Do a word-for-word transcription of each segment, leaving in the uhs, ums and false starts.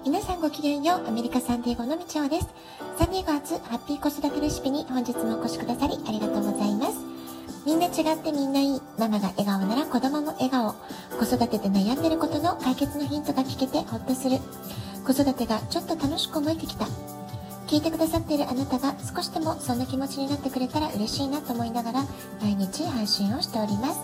皆さんごきげんよう。アメリカサンディエゴのみちおです。サンディエゴ発ハッピー子育てレシピに本日もお越しくださりありがとうございます。みんな違ってみんないい。ママが笑顔なら子供も笑顔。子育てで悩んでることの解決のヒントが聞けてほっとする。子育てがちょっと楽しく思えてきた。聞いてくださっているあなたが少しでもそんな気持ちになってくれたら嬉しいなと思いながら毎日配信をしております。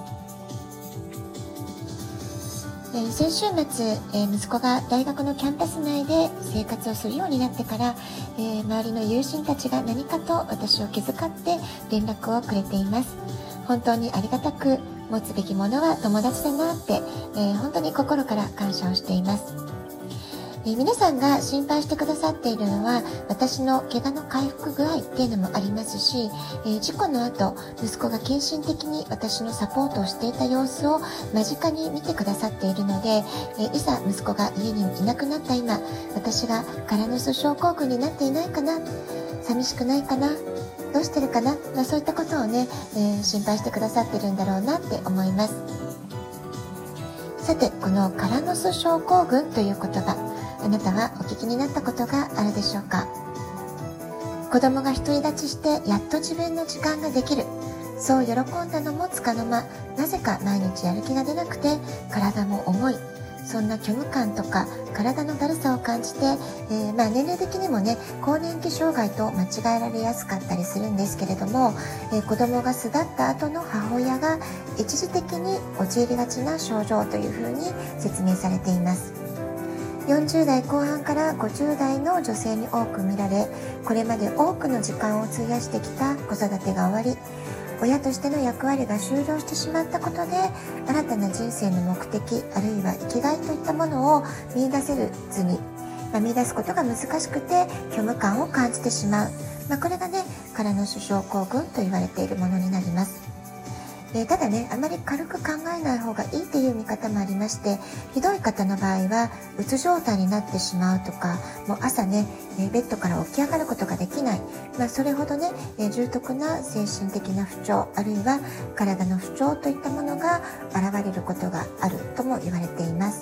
えー、先週末、えー、息子が大学のキャンパス内で生活をするようになってから、えー、周りの友人たちが何かと私を気遣って連絡をくれています。本当にありがたく、持つべきものは友達だなって、えー、本当に心から感謝をしています。えー、皆さんが心配してくださっているのは私の怪我の回復具合っていうのもありますし、えー、事故の後息子が献身的に私のサポートをしていた様子を間近に見てくださっているので、えー、いざ息子が家にいなくなった今、私がカラヌス症候群になっていないかな、寂しくないかな、どうしてるかな、まあ、そういったことをね、えー、心配してくださってるんだろうなって思います。さて、このカラノス症候群という言葉、あなたはお聞きになったことがあるでしょうか。子供が独り立ちしてやっと自分の時間ができる、そう喜んだのもつかの間、なぜか毎日やる気が出なくて体も重い、そんな虚無感とか体のだるさを感じて、えー、まあ年齢的にもね更年期障害と間違えられやすかったりするんですけれども、えー、子供が巣立った後の母親が一時的に陥りがちな症状というふうに説明されています。よんじゅう代後半からごじゅう代の女性に多く見られ、これまで多くの時間を費やしてきた子育てが終わり、親としての役割が終了してしまったことで、新たな人生の目的あるいは生きがいといったものを見出せずに、まあ、見出すことが難しくて虚無感を感じてしまう、まあ、これがねカラノス症候群と言われているものになります。えー、ただね、あまり軽く考えない方がいいという見方もありまして、ひどい方の場合はうつ状態になってしまうとか、もう朝ね、えー、ベッドから起き上がることができない、まあ、それほどね、えー、重篤な精神的な不調あるいは体の不調といったものが現れることがあるとも言われています。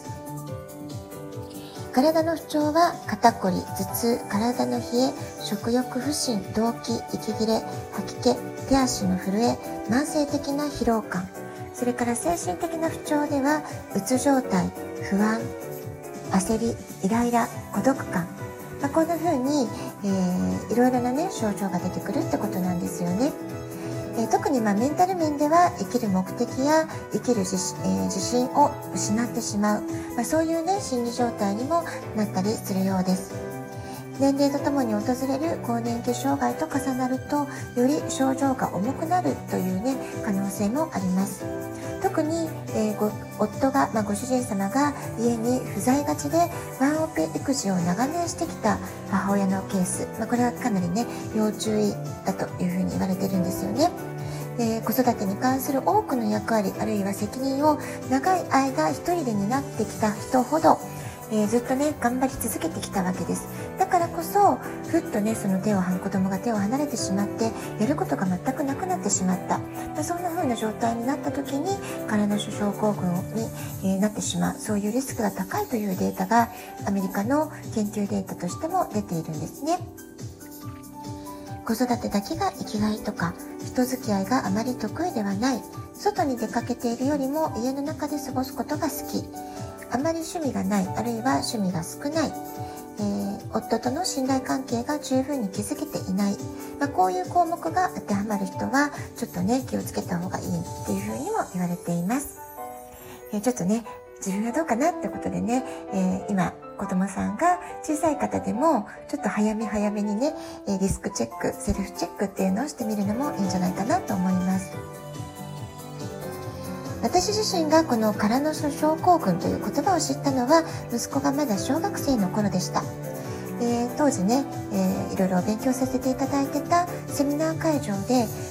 体の不調は肩こり、頭痛、体の冷え、食欲不振、動悸、息切れ、吐き気、手足の震え、慢性的な疲労感、それから精神的な不調ではうつ状態、不安、焦り、イライラ、孤独感、まあ、こんな風に、えー、いろいろなね症状が出てくるってことなんですよね。えー、特にまあメンタル面では生きる目的や生きる自,、えー、自信を失ってしまう、まあ、そういうね心理状態にもなったりするようです。年齢とともに訪れる更年期障害と重なると、より症状が重くなるというね可能性もあります。特に、えー、ご夫が、まあ、ご主人様が家に不在がちでワンオペ育児を長年してきた母親のケース、まあ、これはかなりね要注意だというふうに言われてるんですよね。えー、子育てに関する多くの役割あるいは責任を長い間一人で担ってきた人ほど、えー、ずっとね頑張り続けてきたわけです。だからこそふっとねその手を子供が手を離れてしまってやることが全くなくなってしまった、まあ、そんな風な状態になった時にカラノス症候群に、えー、なってしまう、そういうリスクが高いというデータがアメリカの研究データとしても出ているんですね。子育てだけが生きがいとか、人付き合いがあまり得意ではない、外に出かけているよりも家の中で過ごすことが好き、あまり趣味がない、あるいは趣味が少ない、えー、夫との信頼関係が十分に築けていない、まあ、こういう項目が当てはまる人はちょっとね気をつけた方がいいっていうふうにも言われています。えー、ちょっとね自分はどうかなってことでね、えー、今子供さんが小さい方でもちょっと早め早めにねリスクチェック、セルフチェックっていうのをしてみるのもいいんじゃないかなと思います。私自身がこのカラノス症候群という言葉を知ったのは息子がまだ小学生の頃でした。えー、当時ね、えー、いろいろ勉強させていただいてたセミナー会場で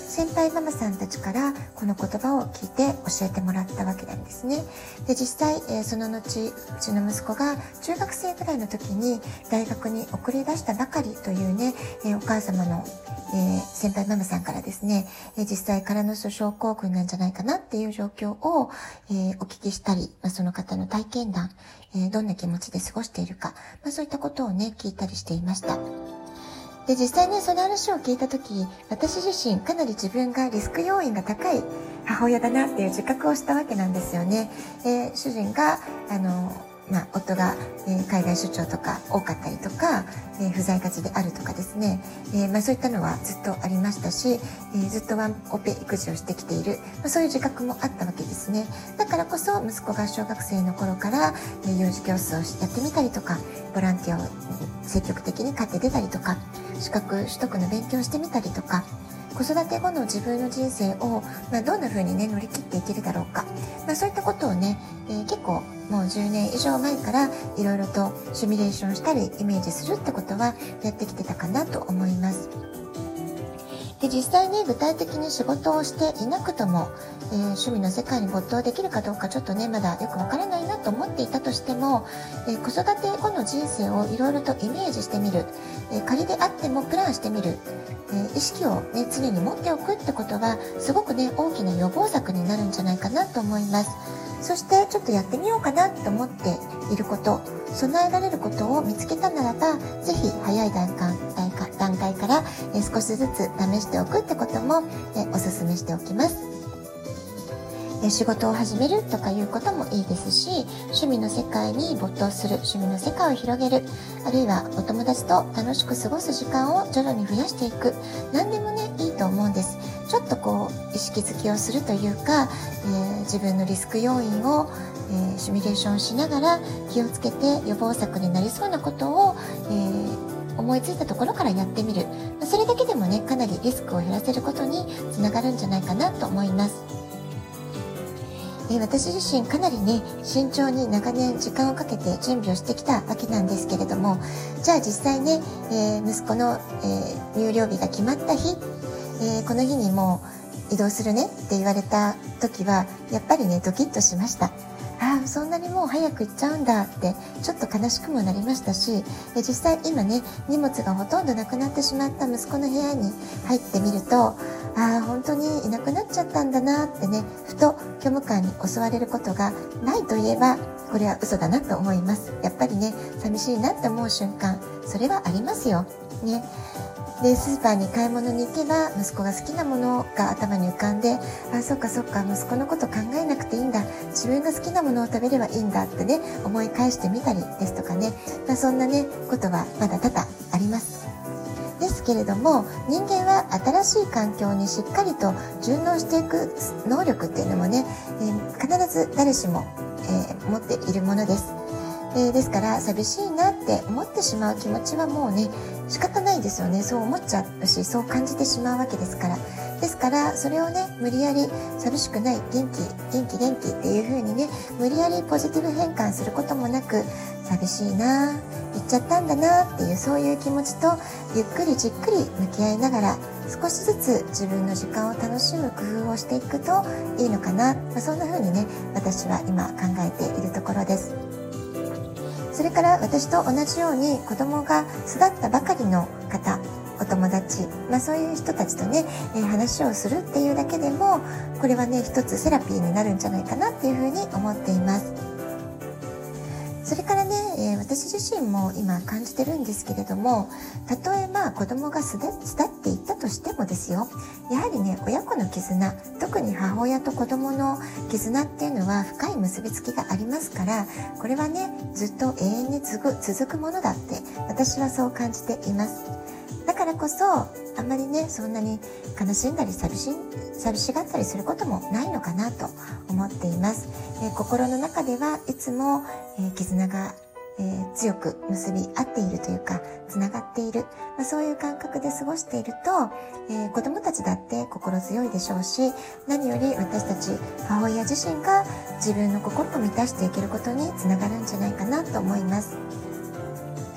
先輩ママさんたちからこの言葉を聞いて教えてもらったわけなんですね。で実際、えー、その後うちの息子が中学生ぐらいの時に大学に送り出したばかりというね、えー、お母様の、えー、先輩ママさんからですね、えー、実際カラヌス症候群なんじゃないかなっていう状況を、えー、お聞きしたり、まあ、その方の体験談、えー、どんな気持ちで過ごしているか、まあ、そういったことをね聞いたりしていました。で実際ねその話を聞いた時、私自身かなり自分がリスク要因が高い母親だなっていう自覚をしたわけなんですよね。えー、主人があのまあ、夫が、えー、海外出張とか多かったりとか、えー、不在がちであるとかですね、えーまあ、そういったのはずっとありましたし、えー、ずっとワンオペ育児をしてきている、まあ、そういう自覚もあったわけですね。だからこそ息子が小学生の頃から、えー、幼児教室をやってみたりとか、ボランティアを積極的に買って出たりとか、資格取得の勉強をしてみたりとか、子育て後の自分の人生を、まあ、どんな風にね乗り切っていけるだろうか、まあ、そういったことをね、えー、結構もうじゅうねん以上前からいろいろとシミュレーションしたりイメージするってことはやってきてたかなと思います。で実際に具体的に仕事をしていなくとも、えー、趣味の世界に没頭できるかどうかちょっとねまだよくわからないなと思っていたとしても、えー、子育て後の人生をいろいろとイメージしてみる、えー、仮であってもプランしてみる、えー、意識を、ね、常に持っておくってことはすごくね大きな予防策になるんじゃないかなと思います。そしてちょっとやってみようかなと思っていること、備えられることを見つけたならば、ぜひ早い段階段階から少しずつ試しておくってこともお勧めしておきます。仕事を始めるとかいうこともいいですし、趣味の世界に没頭する、趣味の世界を広げる、あるいはお友達と楽しく過ごす時間を徐々に増やしていく、何でもねいいと思うんです。ちょっとこう意識づけをするというか、えー、自分のリスク要因を、えー、シミュレーションしながら気をつけて予防策になりそうなことを、えー思いついたところからやってみる、それだけでもねかなりリスクを減らせることにつながるんじゃないかなと思います。え私自身かなりね慎重に長年時間をかけて準備をしてきたわけなんですけれども、じゃあ実際ね、えー、息子の、えー、入寮日が決まった日、えー、この日にもう移動するねって言われた時はやっぱりねドキッとしました。ああそんなにもう早く行っちゃうんだってちょっと悲しくもなりましたし、え実際今ね荷物がほとんどなくなってしまった息子の部屋に入ってみると、ああ本当にいなくなっちゃったんだなってね、ふと虚無感に襲われることがないといえばこれは嘘だなと思います。やっぱりね寂しいなって思う瞬間、それはありますよね。でスーパーに買い物に行けば息子が好きなものが頭に浮かんで、あそっかそっか息子のこと考えなくていいんだ、自分が好きなものを食べればいいんだってね思い返してみたりですとかね、まあ、そんなねことはまだ多々あります。ですけれども人間は新しい環境にしっかりと順応していく能力っていうのもね、えー、必ず誰しも、えー、持っているものです。えー、ですから寂しいなって思ってしまう気持ちはもうね仕方ないですよね。そう思っちゃうしそう感じてしまうわけですから。ですからそれをね無理やり寂しくない、元気元気元気っていう風にね無理やりポジティブ変換することもなく、寂しいな行っちゃったんだなっていうそういう気持ちとゆっくりじっくり向き合いながら少しずつ自分の時間を楽しむ工夫をしていくといいのかな、まあ、そんな風にね私は今考えているところです。それから私と同じように子供が育ったばかりの方、お友達、まあ、そういう人たちとね、えー、話をするっていうだけでもこれはね一つセラピーになるんじゃないかなっていうふうに思っています。それからね、えー、私自身も今感じてるんですけれども、たとえまあ子供が巣立っていったとしてもですよ、やはりね親子の絆、特に母親と子供の絆っていうのは深い結びつきがありますから、これはねずっと永遠に続く、続くものだって私はそう感じています。だからこそあまりねそんなに悲しんだり寂し寂しがったりすることもないのかなと思っています。えー、心の中ではいつも、えー、絆が、えー、強く結び合っているというかつながっている、まあ、そういう感覚で過ごしていると、えー、子供たちだって心強いでしょうし、何より私たち母親自身が自分の心を満たしていけることにつながるんじゃないかなと思います。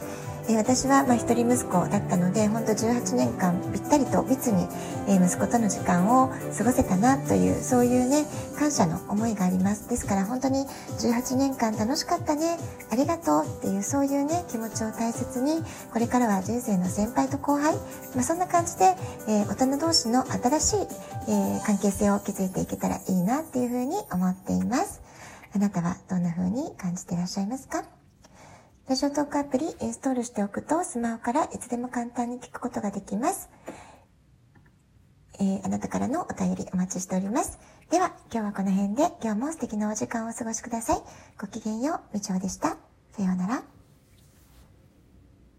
えー、私はまあ一人息子だったので、本当じゅうはちねんかんぴったりと密に、えー、息子との時間を過ごせたなという、そういうね、感謝の思いがあります。ですから本当にじゅうはちねんかん楽しかったね、ありがとうっていう、そういうね、気持ちを大切に、これからは人生の先輩と後輩、まあ、そんな感じで、えー、大人同士の新しい、えー、関係性を築いていけたらいいなっていうふうに思っています。あなたはどんな風に感じていらっしゃいますか？ラジオトークアプリインストールしておくと、スマホからいつでも簡単に聞くことができます。えー、あなたからのお便りお待ちしております。では、今日はこの辺で、今日も素敵なお時間をお過ごしください。ごきげんよう、みちおでした。さようなら。